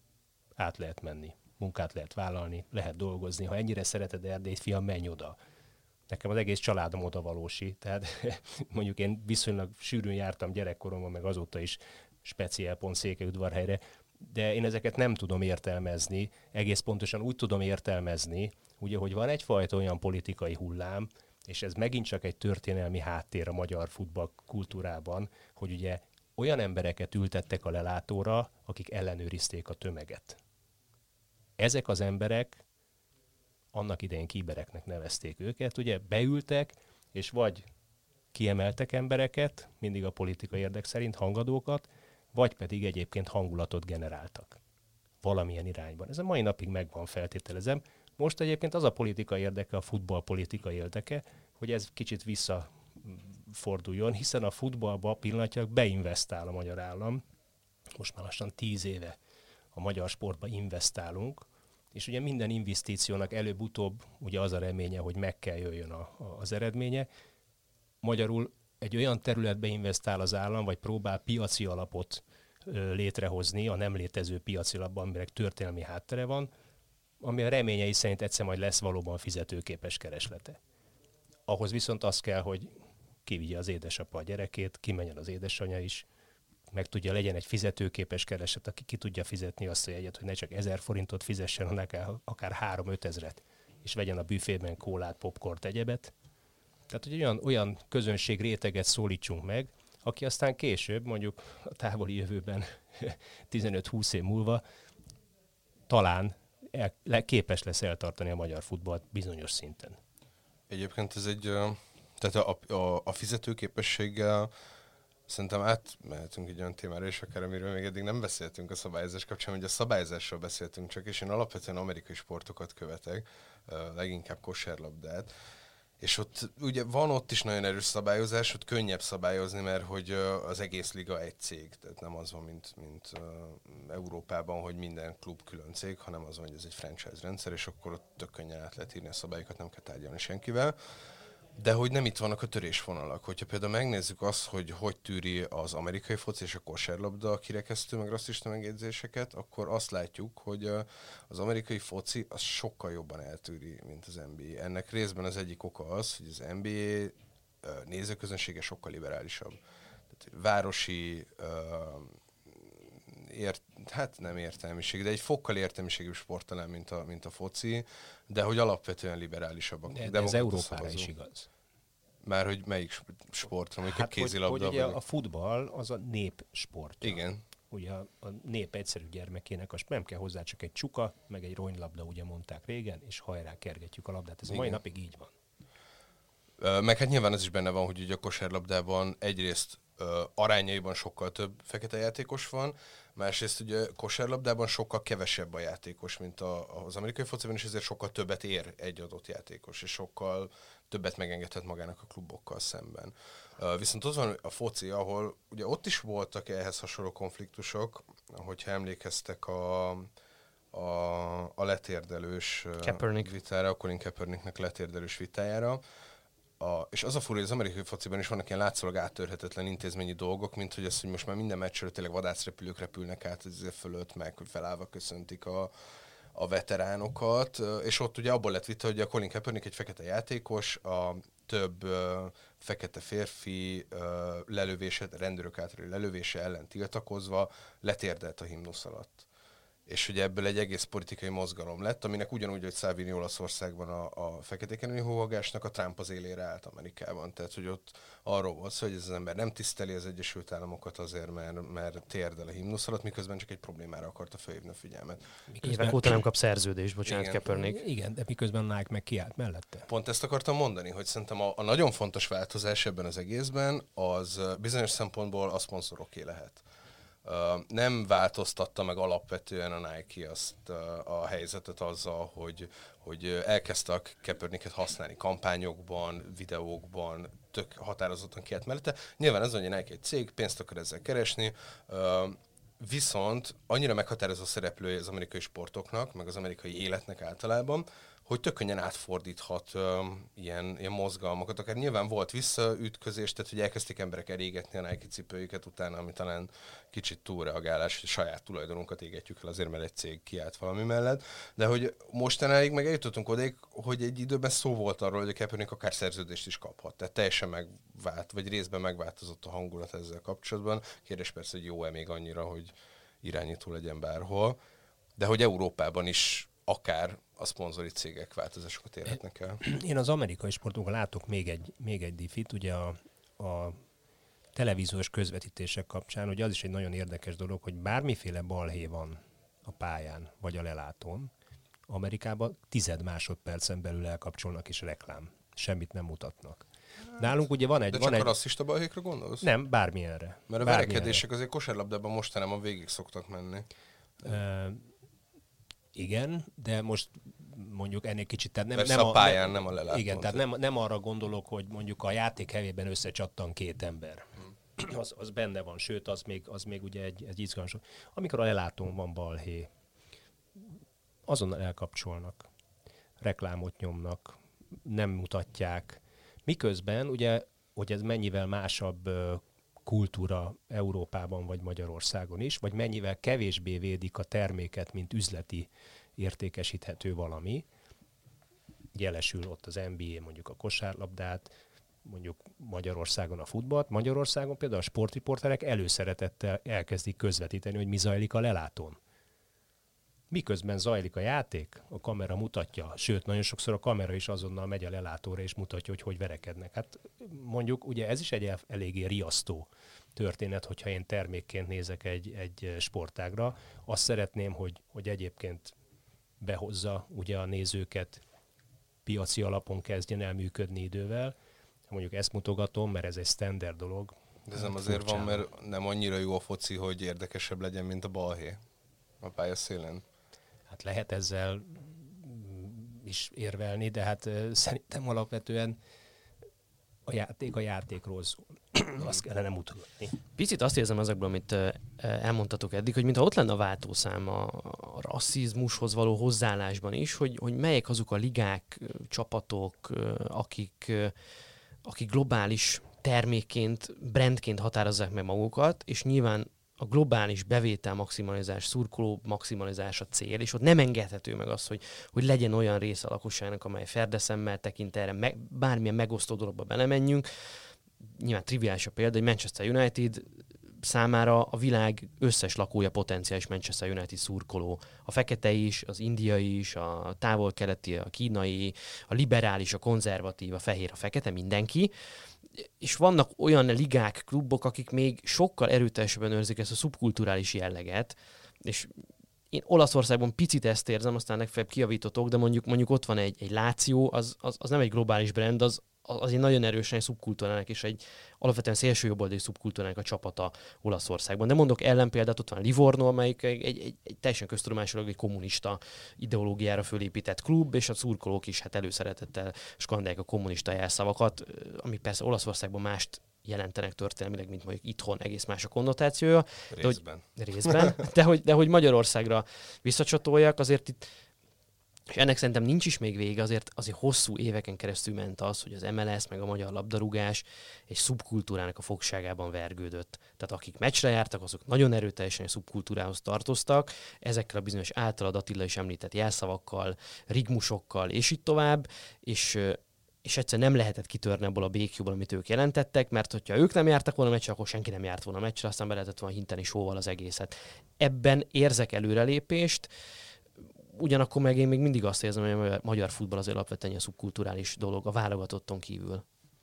Át lehet menni. Munkát lehet vállalni, lehet dolgozni. Ha ennyire szereted Erdélyt, fiam, menj oda. Nekem az egész családom oda valósi. Tehát mondjuk én viszonylag sűrűn jártam gyerekkoromban, meg azóta is speciál pont Székelyudvarhelyre, de én ezeket nem tudom értelmezni. Egész pontosan úgy tudom értelmezni, ugye, hogy van egyfajta olyan politikai hullám, és ez megint csak egy történelmi háttér a magyar futball kultúrában, hogy ugye olyan embereket ültettek a lelátóra, akik ellenőrizték a tömeget. Ezek az emberek, annak idején kíbereknek nevezték őket, ugye beültek, és vagy kiemeltek embereket, mindig a politikai érdek szerint hangadókat, vagy pedig egyébként hangulatot generáltak valamilyen irányban. Ez a mai napig megvan, feltételezem. Most egyébként az a politikai érdeke, a futball politikai érdeke, hogy ez kicsit visszaforduljon, hiszen a futballba pillanatnyilag beinvestál a magyar állam. Most már lassan 10 éve a magyar sportba investálunk, és ugye minden investíciónak előbb-utóbb ugye az a reménye, hogy meg kell jöjjön az eredménye. Magyarul egy olyan területbe investál az állam, vagy próbál piaci alapot létrehozni a nem létező piaci alapban, aminek történelmi háttere van, ami a reményei szerint egyszer majd lesz valóban fizetőképes kereslete. Ahhoz viszont az kell, hogy kivigye az édesapa a gyerekét, kimenjen az édesanyja is, meg tudja, legyen egy fizetőképes kereslet, aki ki tudja fizetni azt a jegyet, hogy ne csak 1000 forintot fizessen, hanem akár 3-5 ezret, és vegyen a büfében kólát, popcornt, egyebet. Tehát, hogy olyan közönség réteget szólítsunk meg, aki aztán később, mondjuk a távoli jövőben 15-20 év múlva talán képes lesz eltartani a magyar futballt bizonyos szinten. Egyébként ez tehát a fizetőképességgel szerintem átmehetünk egy olyan témára is, akár amiről még eddig nem beszéltünk a szabályozás kapcsán, hogy a szabályozásról beszéltünk csak, és én alapvetően amerikai sportokat követek, leginkább kosárlabdát, és ott ugye van ott is nagyon erős szabályozás, ott könnyebb szabályozni, mert hogy az egész liga egy cég, tehát nem az van, mint Európában, hogy minden klub külön cég, hanem az van, hogy ez egy franchise rendszer, és akkor ott tök könnyen át lehet írni a szabályokat, nem kell tárgyalni senkivel. De hogy nem itt vannak a törésvonalak. Hogyha például megnézzük azt, hogy tűri az amerikai foci és a kosárlabda a kirekesztő, meg rasszista megjegyzéseket, akkor azt látjuk, hogy az amerikai foci az sokkal jobban eltűri, mint az NBA. Ennek részben az egyik oka az, hogy az NBA nézőközönsége sokkal liberálisabb. Tehát városi, nem értelmiség, de egy fokkal értelmiségű sport talán, mint a foci, de hogy alapvetően liberálisabbak. De ez Európára is igaz. Már hogy melyik sportra, mondjuk Hát, a kézilabda? hogy ugye a futball az a népsportja. Igen. Ugye a nép egyszerű gyermekének, nem kell hozzá csak egy csuka, meg egy ronylabda, ugye mondták régen, és hajrá kergetjük a labdát. Ez a mai napig így van. Meg hát nyilván ez is benne van, hogy ugye a kosárlabdában egyrészt arányaiban sokkal több fekete játékos van, másrészt ugye kosárlabdában sokkal kevesebb a játékos, mint az amerikai fociban, és ezért sokkal többet ér egy adott játékos, és sokkal többet megengedhet magának a klubokkal szemben. Viszont az van a foci, ahol ugye ott is voltak ehhez hasonló konfliktusok, hogyha emlékeztek a letérdelős vitára, a Colin Kaepernicknek letérdelős vitájára. És az a furcsa, hogy az amerikai fociban is vannak ilyen látszólag áttörhetetlen intézményi dolgok, mint hogy most már minden meccsről tényleg vadászrepülők repülnek át az fölött, meg hogy felállva köszöntik a veteránokat, és ott ugye abból lett vita, hogy a Colin Kaepernick egy fekete játékos, a több fekete férfi rendőrök általi lelövése ellen tiltakozva letérdelt a himnusz alatt. És ugye ebből egy egész politikai mozgalom lett, aminek ugyanúgy, hogy Salvini Olaszországban a feketék elleni hóhagásnak, a Trump az élére állt Amerikában. Tehát, hogy ott arról volt szó, hogy ez az ember nem tiszteli az Egyesült Államokat azért, mert térdel a himnusz alatt, miközben csak egy problémára akarta felhívni a figyelmet. Évek óta nem kap szerződést, bocsánat, Kaepernick. Igen, de miközben Nike meg kiállt mellette. Pont ezt akartam mondani, hogy szerintem a nagyon fontos változás ebben az egészben, az bizonyos szempontból a szponzoroké lehet. Nem változtatta meg alapvetően a Nike azt a helyzetet azzal, hogy elkezdte a Kaepernicket használni kampányokban, videókban, tök határozottan kiállt mellette. Nyilván ez, hogy a Nike egy cég, pénzt akar ezzel keresni, viszont annyira meghatározó szereplője az amerikai sportoknak, meg az amerikai életnek általában, hogy tök könnyen átfordíthat ilyen mozgalmakat. Akár nyilván volt visszaütközés, tehát hogy elkezdték emberek elégetni a Nike cipőjüket utána, ami talán kicsit túlreagálás, hogy saját tulajdonunkat égetjük el azért, mert egy cég kiállt valami mellett. De hogy mostanáig meg eljutottunk odaig, hogy egy időben szó volt arról, hogy a Kaepernick akár szerződést is kaphat. Tehát teljesen vagy részben megváltozott a hangulat ezzel kapcsolatban. Kérdés persze, hogy jó-e még annyira, hogy irányító legyen bárhol. De hogy Európában is akár a szponzori cégek változásokat érhetnek el. Én az amerikai sportunkban látok még egy diffit, ugye a televíziós közvetítések kapcsán, hogy az is egy nagyon érdekes dolog, hogy bármiféle balhé van a pályán, vagy a lelátón, Amerikában 10 másodpercen belül elkapcsolnak is reklám. Semmit nem mutatnak. Nálunk ugye van egy... De csak a rasszista balhékra gondolsz? Nem, bármilyenre. Mert a verekedések azért kosárlabdában mostanában végig szoktak menni. Igen, de most mondjuk ennél kicsit... Tehát nem a pályán, nem a lelátón. Igen, tehát nem arra gondolok, hogy mondjuk a játék helyében összecsattan 2 ember. Az benne van, sőt, az még ugye egy izgalmas. Amikor a lelátón van balhé, azonnal elkapcsolnak, reklámot nyomnak, nem mutatják. Miközben ugye, hogy ez mennyivel másabb kultúra Európában vagy Magyarországon is, vagy mennyivel kevésbé védik a terméket, mint üzleti értékesíthető valami. Jelesül ott az NBA, mondjuk a kosárlabdát, mondjuk Magyarországon a futballt. Magyarországon például a sportriporterek előszeretettel elkezdik közvetíteni, hogy mi zajlik a lelátón. Miközben zajlik a játék, a kamera mutatja, sőt, nagyon sokszor a kamera is azonnal megy a lelátóra és mutatja, hogy verekednek. Hát mondjuk ugye ez is egy eléggé riasztó történet, hogyha én termékként nézek egy sportágra. Azt szeretném, hogy egyébként behozza ugye a nézőket, piaci alapon kezdjen el működni idővel. Mondjuk ezt mutogatom, mert ez egy standard dolog. De ez nem azért van, mert nem annyira jó a foci, hogy érdekesebb legyen, mint a balhé a pályaszélen. Hát lehet ezzel is érvelni, de hát szerintem alapvetően a játékról szól. Azt kellene mutatni. Picit azt érzem ezekből, amit elmondtatok eddig, hogy mintha ott lenne a váltószám a rasszizmushoz való hozzáállásban is, hogy melyek azok a ligák, csapatok, akik globális termékként, brandként határozzák meg magukat, és nyilván a globális bevétel maximalizás, szurkoló maximalizás a cél, és ott nem engedhető meg az, hogy legyen olyan része a lakosságnak, amely ferdeszemmel tekint erre, bármilyen megosztó dologba belemenjünk. Nyilván triviális a példa, hogy Manchester United számára a világ összes lakója potenciális Manchester United szurkoló. A fekete is, az indiai is, a távol-keleti, a kínai, a liberális, a konzervatív, a fehér, a fekete, mindenki. És vannak olyan ligák, klubok, akik még sokkal erőteljesebben őrzik ezt a szubkulturális jelleget, és én Olaszországban picit ezt érzem, aztán legfeljebb kijavítotok, de mondjuk ott van egy Lazio, az nem egy globális brand, az egy nagyon erősen egy szubkultúrának, és egy alapvetően szélsőjobboldali szubkultúrának a csapata Olaszországban. De mondok ellenpéldát, ott van Livorno, amelyik egy teljesen köztudomásúlag egy kommunista ideológiára fölépített klub, és a szurkolók is hát előszeretettel skandálják a kommunista jelszavakat, amik persze Olaszországban mást jelentenek történelmileg, mint mondjuk itthon, egész más a konnotációja. Részben. De hogy Magyarországra visszacsatoljak, azért itt, és ennek szerintem nincs is még vége, azért hosszú éveken keresztül ment az, hogy az MLS meg a magyar labdarúgás egy szubkultúrának a fogságában vergődött. Tehát akik meccsre jártak, azok nagyon erőteljesen a szubkultúrához tartoztak, ezekkel a bizonyos általad Attila is említett jelszavakkal, rigmusokkal, és így tovább, és egyszer nem lehetett kitörni abból a békjóból, amit ők jelentettek, mert hogyha ők nem jártak volna meccsre, akkor senki nem járt volna meccsre, aztán be lehetett volna hinteni sóval az egészet. Ebben érzek előrelépést, ugyanakkor meg én még mindig azt érzem, hogy a magyar futball az alapvetően a szubkulturális dolog, a válogatotton kívül.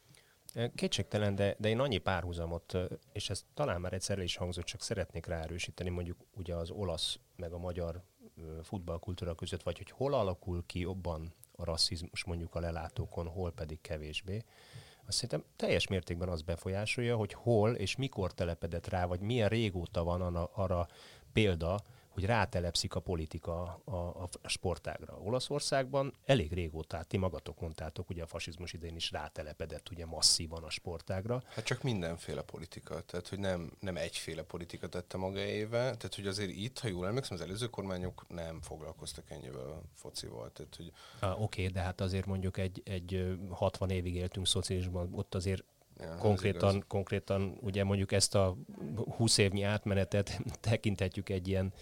Kétségtelen, de én annyi párhuzamot, és ez talán már egyszer is hangzott, csak szeretnék ráerősíteni mondjuk ugye az olasz meg a magyar futballkultúra között, vagy hogy hol alakul ki jobban a rasszizmus mondjuk a lelátókon, hol pedig kevésbé. Azt szerintem teljes mértékben az befolyásolja, hogy hol és mikor telepedett rá, vagy milyen régóta van arra példa, hogy rátelepszik a politika a sportágra. Olaszországban elég régóta, ti magatok mondtátok, ugye a fasizmus idején is rátelepedett ugye masszívan a sportágra. Hát csak mindenféle politika, tehát hogy nem egyféle politika tette magáévé, tehát hogy azért itt, ha jól emlékszem, az előző kormányok nem foglalkoztak ennyivel a focival. Tehát, hogy... Oké, de hát azért mondjuk egy 60 évig éltünk szocializmusban, ott azért ja, konkrétan ugye mondjuk ezt a 20 évnyi átmenetet tekinthetjük egy ilyen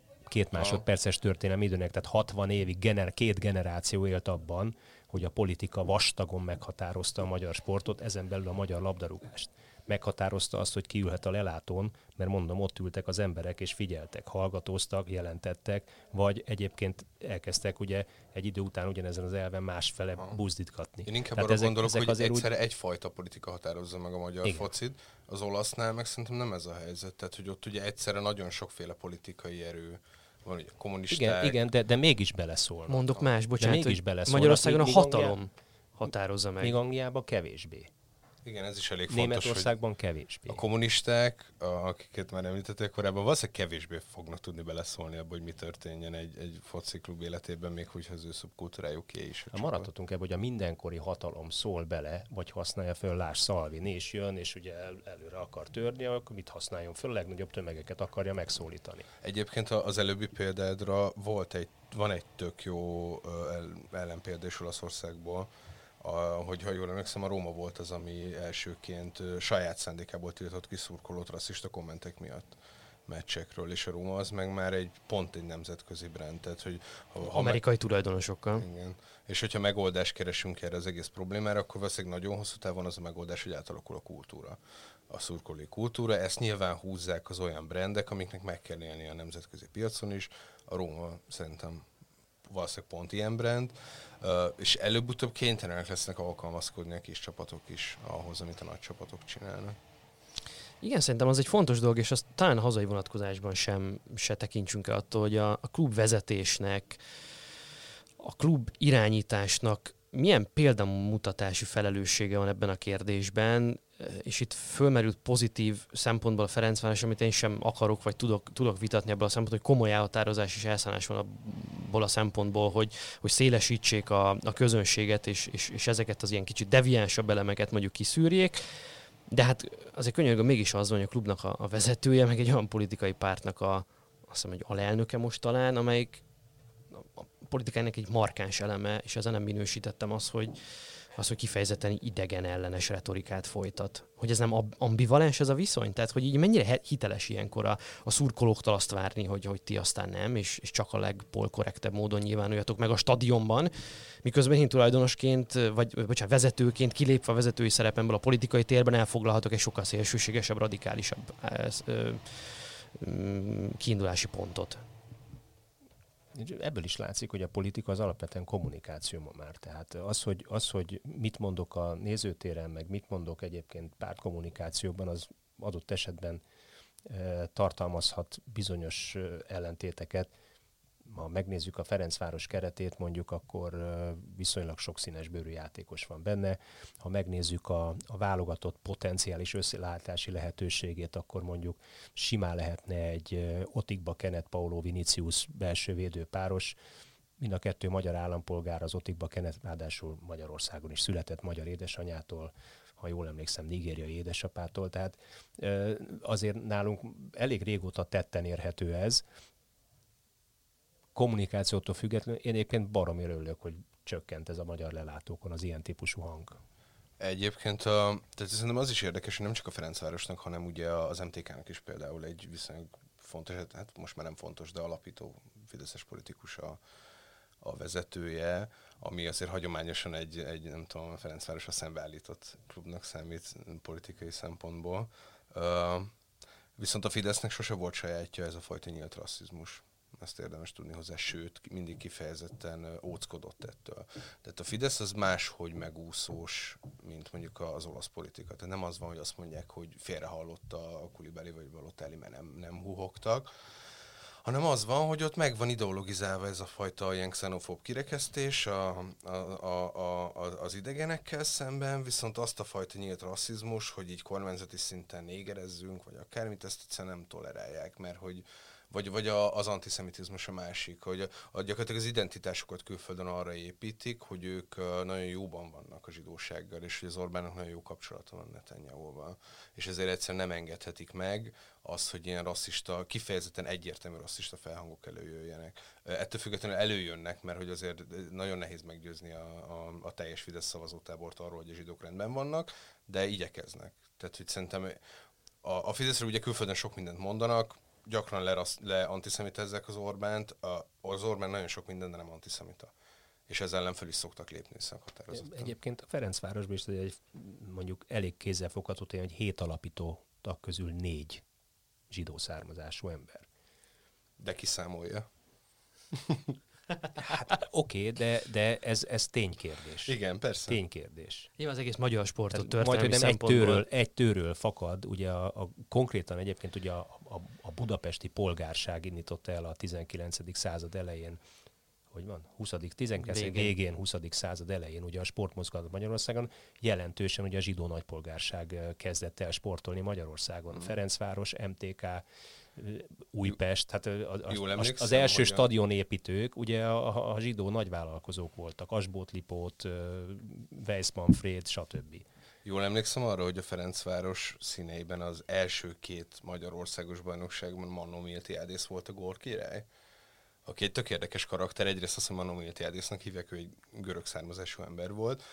2 másodperces történelmi időnek, tehát 60 évig 2 generáció élt abban, hogy a politika vastagon meghatározta a magyar sportot, ezen belül a magyar labdarúgást. meghatározta azt, hogy kiülhet a lelátón, mert mondom, ott ültek az emberek, és figyeltek, hallgatóztak, jelentettek, vagy egyébként elkezdtek ugye egy idő után ugyanezen az elven másfele buzdítgatni. Én inkább arra gondolok, hogy egyszerre egyfajta politika határozza meg a magyar focit, az olasznál meg szerintem nem ez a helyzet. Tehát, hogy ott ugye egyszerre nagyon sokféle politikai erő van, ugye kommunisták. Igen, de mégis beleszólnak. Mondok más, bocsánat, mégis hogy Magyarországon a hatalom határozza meg. Még Angliában kevésbé. Igen, ez is elég fontos, Németországban kevésbé. A kommunisták, akiket már említették korábban, valószínűleg kevésbé fognak tudni beleszólni abba, hogy mi történjen egy fociklub életében, még hogyha az ő szubkultúrájuké is. Maradhatunk ebben, hogy a mindenkori hatalom szól bele, vagy használja föl, láss Salvini, és jön, és ugye előre akar törni, akkor mit használjon föl, a legnagyobb tömegeket akarja megszólítani. Egyébként az előbbi példádra van egy tök jó ellenpélda is Olaszországból, hogy ha jól emlékszem, a Róma volt az, ami elsőként saját szándékából tiltott ki szurkolót rasszista kommentek miatt meccsekről, és a Róma az meg már pont egy nemzetközi brand. Tehát, hogy amerikai tulajdonosokkal. Igen. És hogyha megoldást keresünk erre az egész problémára, akkor valószínűleg nagyon hosszú távon az a megoldás, hogy átalakul a kultúra. A szurkolói kultúra, ezt nyilván húzzák az olyan brandek, amiknek meg kell élni a nemzetközi piacon is. A Róma szerintem valószínűleg pont ilyen brand, és előbb-utóbb kénytelenek lesznek alkalmazkodni a kis csapatok is ahhoz, amit a nagy csapatok csinálnak. Igen, szerintem az egy fontos dolog, és azt talán a hazai vonatkozásban se tekintsünk el attól, hogy a klub vezetésnek, a klub irányításnak milyen példamutatási felelőssége van ebben a kérdésben, és itt fölmerült pozitív szempontból a Ferencváros, amit én sem akarok, vagy tudok vitatni ebből a szempontból, hogy komoly elhatározás és elszállás van abból a szempontból, hogy szélesítsék a közönséget, és ezeket az ilyen kicsit deviánsabb elemeket mondjuk kiszűrjék. De hát azért könyörgöm, mégis az van, hogy a klubnak a vezetője, meg egy olyan politikai pártnak azt hiszem, egy alelnöke most talán, amelyik a politikának egy markáns eleme, és ezen nem minősítettem hogy kifejezetten idegen ellenes retorikát folytat. Hogy ez nem ambivalens ez a viszony? Tehát, hogy így mennyire hiteles ilyenkor a szurkolóktól azt várni, hogy ti aztán nem, és csak a legpolkorrektebb módon nyilvánuljatok meg a stadionban, miközben én tulajdonosként, vagy vezetőként kilépve a vezetői szerepemből a politikai térben elfoglalhatok egy sokkal szélsőségesebb, radikálisabb kiindulási pontot. Ebből is látszik, hogy a politika az alapvetően kommunikáció ma már. Tehát az, hogy mit mondok a nézőtéren, meg mit mondok egyébként pártkommunikációban, az adott esetben tartalmazhat bizonyos ellentéteket. Ha megnézzük a Ferencváros keretét, mondjuk, akkor viszonylag sokszínes bőrű játékos van benne. Ha megnézzük a válogatott potenciális összelátási lehetőségét, akkor mondjuk simán lehetne egy Otikba Kenneth Paulo Vinicius belső védőpáros. Mind a kettő magyar állampolgár, az Otikba Kenneth ráadásul Magyarországon is született, magyar édesanyától, ha jól emlékszem, nigériai édesapától. Tehát azért nálunk elég régóta tetten érhető ez. Kommunikációtól függetlenül én egyébként baromi örülök, hogy csökkent ez a magyar lelátókon az ilyen típusú hang. Egyébként tehát szerintem az is érdekes, hogy nem csak a Ferencvárosnak, hanem ugye az MTK-nak is például egy viszonylag fontos, hát most már nem fontos, de alapító fideszes politikus a vezetője, ami azért hagyományosan egy nem tudom, a Ferencvárosra szembeállított klubnak számít politikai szempontból. Viszont a Fidesznek sose volt sajátja ez a fajta nyílt rasszizmus. Ezt érdemes tudni hozzá, sőt, mindig kifejezetten óckodott ettől. Tehát a Fidesz az máshogy megúszós, mint mondjuk az olasz politika. Tehát nem az van, hogy azt mondják, hogy félrehallott a Koulibaly vagy Balotelli, mert nem húhogtak, hanem az van, hogy ott meg van ideologizálva ez a fajta ilyen xenofób kirekesztés az idegenekkel szemben, viszont azt a fajta nyílt rasszizmus, hogy így kormányzati szinten négerezzünk, vagy akármit, ezt egyszerűen nem tolerálják, mert hogy vagy az antiszemitizmus a másik, hogy gyakorlatilag az identitásukat külföldön arra építik, hogy ők nagyon jóban vannak a zsidósággal, és hogy az Orbánnak nagyon jó kapcsolata van Netanyahuval. És ezért egyszerűen nem engedhetik meg azt, hogy ilyen rasszista, kifejezetten egyértelmű rasszista felhangok előjöjjenek. Ettől függetlenül előjönnek, mert hogy azért nagyon nehéz meggyőzni a teljes Fidesz szavazótábort arról, hogy a zsidók rendben vannak, de igyekeznek. Tehát, hogy szerintem a Fideszről ugye külföldön sok mindent mondanak, gyakran leantiszemitezzek az Orbánt, az Orbán nagyon sok minden, de nem antiszemita. és ezzel ellen fel is szoktak lépni szakhatározottan. Egyébként a Ferencvárosban is egy mondjuk elég kézzelfogható tény, hogy 7 alapító tag közül 4 zsidó származású ember. De kiszámolja. Hát oké, de ez ténykérdés. Igen, persze. Ténykérdés. Nyilván az egész magyar sportot Tehát történelmi majdnem szempontból. egy tőről fakad, ugye konkrétan egyébként ugye a budapesti polgárság indította el a 19. század elején, hogy van, 19. végén, 20. század elején ugye a sportmozgalmat Magyarországon, jelentősen ugye a zsidó nagypolgárság kezdett el sportolni Magyarországon. Ferencváros, MTK, Újpest, hát az első stadionépítők ugye a zsidó nagyvállalkozók voltak, Asbóth Lipót, Weiss Manfred, stb. Jól emlékszem arra, hogy a Ferencváros színeiben az első 2 magyarországos bajnokságban Mannó Miltiádész volt a gólkirály, aki egy tök érdekes karakter. Egyrészt azt, hogy Mannó Miltiádésznak hívják, ő egy görög származású ember volt.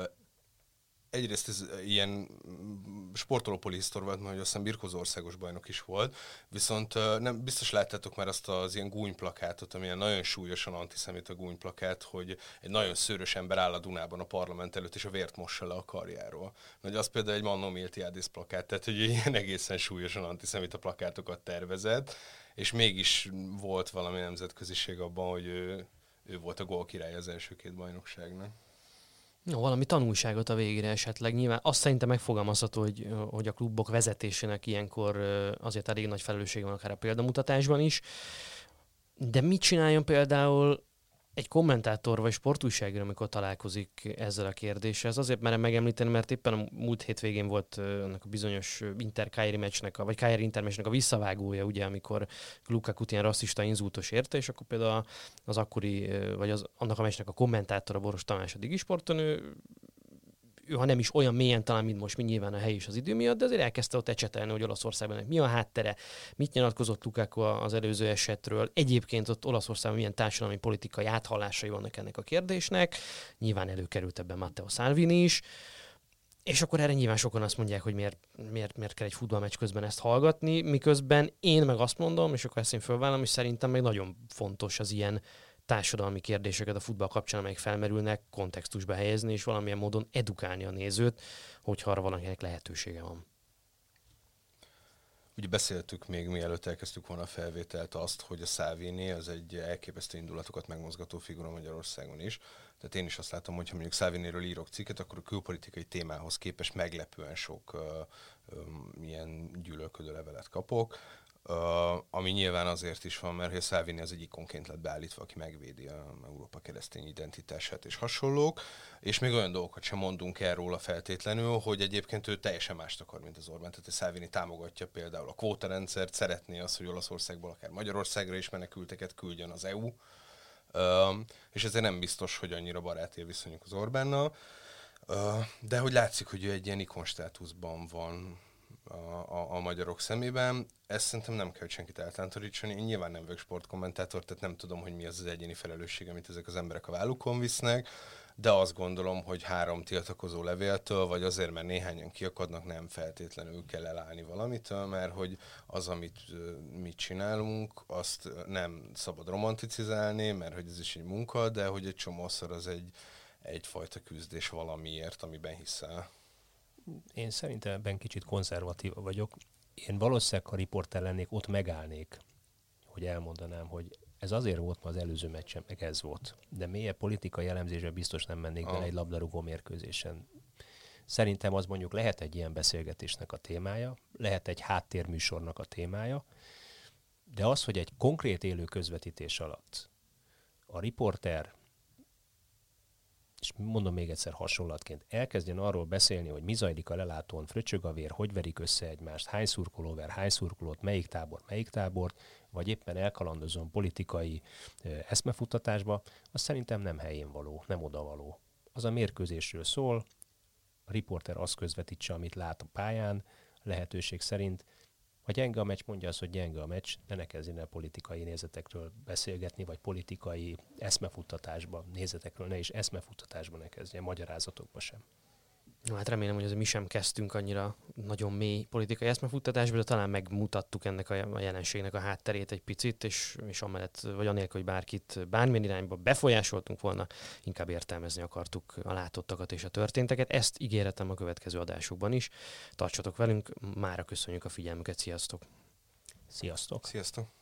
Egyrészt ez ilyen sportolópolihisztor volt, mert aztán birkózó országos bajnok is volt, viszont nem biztos láttátok már azt az ilyen gúnyplakátot, amilyen nagyon súlyosan antiszemita gúnyplakát, hogy egy nagyon szőrös ember áll a Dunában a parlament előtt, és a vért mossa le a karjáról. Nagy az például egy Mannó Miltiádész plakát, tehát hogy ilyen egészen súlyosan antiszemita plakátokat tervezett, és mégis volt valami nemzetköziség abban, hogy ő volt a gólkirály az első 2 bajnokságnak. No, valami tanulságot a végére esetleg. Nyilván azt szerintem megfogalmazható, hogy a klubok vezetésének ilyenkor azért elég nagy felelőssége van akár a példamutatásban is. De mit csináljon például egy kommentátor vagy sportújságíró, amikor találkozik ezzel a kérdéssel? Ez azért merem megemlíteni, mert éppen a múlt hétvégén volt annak a bizonyos Inter-Cagliari meccsnek, vagy Cagliari-Inter meccsnek a visszavágója, ugye, amikor Lukaku-t ilyen rasszista inzultos érte, és akkor például az akkori, vagy annak a meccsnek a kommentátora, Boros Tamás, a Digisporton, ő ha nem is olyan mélyen talán, mint most, nyilván a hely és az idő miatt, de azért elkezdte ott ecsetelni, hogy Olaszországban mi a háttere, mit nyilatkozott Lukaku az előző esetről. Egyébként ott Olaszországban milyen társadalmi politikai áthallásai vannak ennek a kérdésnek. Nyilván előkerült ebben Matteo Salvini is. És akkor erre nyilván sokan azt mondják, hogy miért kell egy futballmeccs közben ezt hallgatni, miközben én meg azt mondom, és akkor ezt én fölvállom, és szerintem meg nagyon fontos az ilyen társadalmi kérdéseket a futball kapcsán, amelyek felmerülnek, kontextusba helyezni, és valamilyen módon edukálni a nézőt, hogyha arra valakinek lehetősége van. Ugye beszéltük még mielőtt elkezdtük volna a felvételt azt, hogy a Salvini az egy elképesztő indulatokat megmozgató figura Magyarországon is. Tehát én is azt látom, hogy ha mondjuk Salviniről írok cikket, akkor a külpolitikai témához képest meglepően sok ilyen gyűlölködő levelet kapok. Ami nyilván azért is van, mert a Salvini az egy ikonként lett beállítva, aki megvédi a Európa keresztény identitását és hasonlók, és még olyan dolgokat sem mondunk el róla feltétlenül, hogy egyébként ő teljesen mást akar, mint az Orbán. Tehát a Salvini támogatja például a kvótarendszert, szeretné azt, hogy Olaszországból akár Magyarországra is menekülteket küldjön az EU, és ezért nem biztos, hogy annyira baráti viszonyuk az Orbánnal, de hogy látszik, hogy ő egy ilyen ikonstátuszban van a magyarok szemében. Ezt szerintem nem kell senkit eltántorítani. Én nyilván nem vagyok sportkommentátor, tehát nem tudom, hogy mi az egyéni felelősség, amit ezek az emberek a vállukon visznek, de azt gondolom, hogy 3 tiltakozó levéltől, vagy azért, mert néhányan kiakadnak, nem feltétlenül kell elállni valamitől, mert hogy az, amit mi csinálunk, azt nem szabad romanticizálni, mert hogy ez is egy munka, de hogy egy csomószor az egyfajta küzdés valamiért, amiben hiszel. Én szerintem ebben kicsit konzervatív vagyok. Én valószínűleg, ha riporter lennék, ott megállnék, hogy elmondanám, hogy ez azért volt ma az előző meccsen, meg ez volt. De mélyebb politikai elemzésre biztos nem mennék bele egy labdarúgó mérkőzésen. Szerintem az mondjuk lehet egy ilyen beszélgetésnek a témája, lehet egy háttérműsornak a témája, de az, hogy egy konkrét élő közvetítés alatt a riporter, és mondom még egyszer hasonlatként, elkezdjen arról beszélni, hogy mi zajlik a lelátón, fröcsög a vér, hogy verik össze egymást, hány szurkoló ver, hány szurkolót, melyik tábort, vagy éppen elkalandozom politikai eszmefuttatásba, az szerintem nem helyén való, nem odavaló. Az a mérkőzésről szól, a riporter azt közvetítse, amit lát a pályán, lehetőség szerint. Ha gyenge a meccs, mondja azt, hogy gyenge a meccs, ne kezdjen el politikai nézetekről beszélgetni, vagy politikai eszmefuttatásba, nézetekről ne is eszmefuttatásba ne kezdjen, magyarázatokba sem. No, hát remélem, hogy azért mi sem kezdtünk annyira nagyon mély politikai eszmefuttatásba, de talán megmutattuk ennek a jelenségnek a hátterét egy picit, és amellett, vagy anélkül, hogy bárkit bármilyen irányba befolyásoltunk volna, inkább értelmezni akartuk a látottakat és a történteket. Ezt ígéretem a következő adásokban is. Tartsatok velünk, mára köszönjük a figyelmüket, sziasztok! Sziasztok! Sziasztok!